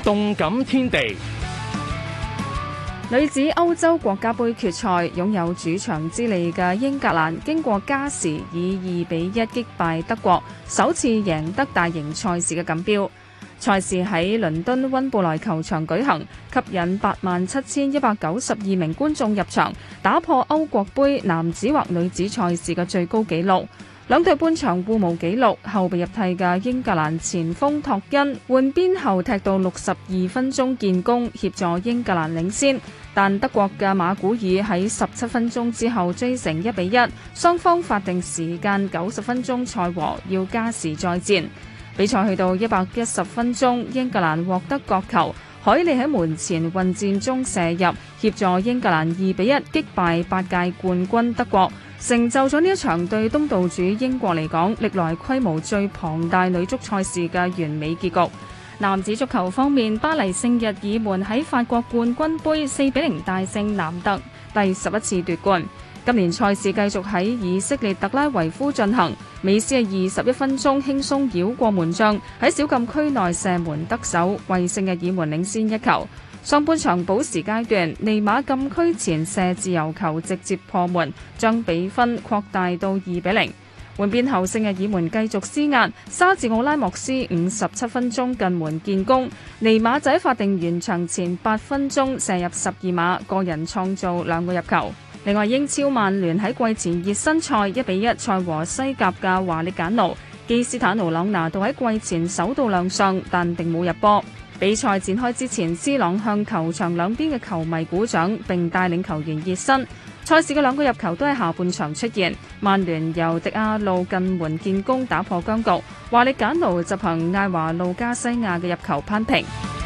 動感天地。 女子歐洲國家盃決賽，擁有主場之利嘅英格蘭經過加時以2-1擊敗德國，首次贏得大型賽事嘅錦標。賽事喺倫敦溫布萊球場舉行，吸引87,192名觀眾入場，打破歐國盃男子或女子賽事嘅最高紀錄。兩隊半場互無紀錄，後備入替嘅英格蘭前鋒托恩換邊後踢到62分鐘建功，協助英格蘭領先。但德國嘅馬古爾喺17分鐘之後追成1-1，雙方法定時間90分鐘賽和，要加時再戰。比賽去到110分鐘，英格蘭獲得角球，海利喺門前混戰中射入，協助英格蘭2-1擊敗8屆冠軍德國，成就咗呢一場對東道主英國嚟講歷來規模最龐大女足賽事嘅完美結局。男子足球方面，巴黎聖日耳門喺法國冠軍杯4-0大勝南特，第11次奪冠。今年賽事繼續喺以色列特拉維夫進行，美斯喺21分鐘輕鬆繞過門將，喺小禁區內射門得手，為聖日耳門領先1球。上半場補時階段，尼馬禁區前射自由球直接破門，將比分擴大到2-0。換邊後，聖日耳門繼續施壓，沙治奧拉莫斯57分鐘近門建功，尼馬仔法定完場前8分鐘射入12碼，個人創造2個入球。另外，英超曼聯喺季前熱身賽1-1賽和西甲嘅華力簡奴，基斯坦奴朗拿度喺季前首度亮相，但並冇入波。比賽展開之前，C朗向球場兩邊嘅球迷鼓掌，並帶領球員熱身。賽事嘅2個入球都喺下半場出現，曼聯由迪亞路近門建功打破僵局，華力簡奴就憑艾華路加西亞嘅入球扳平。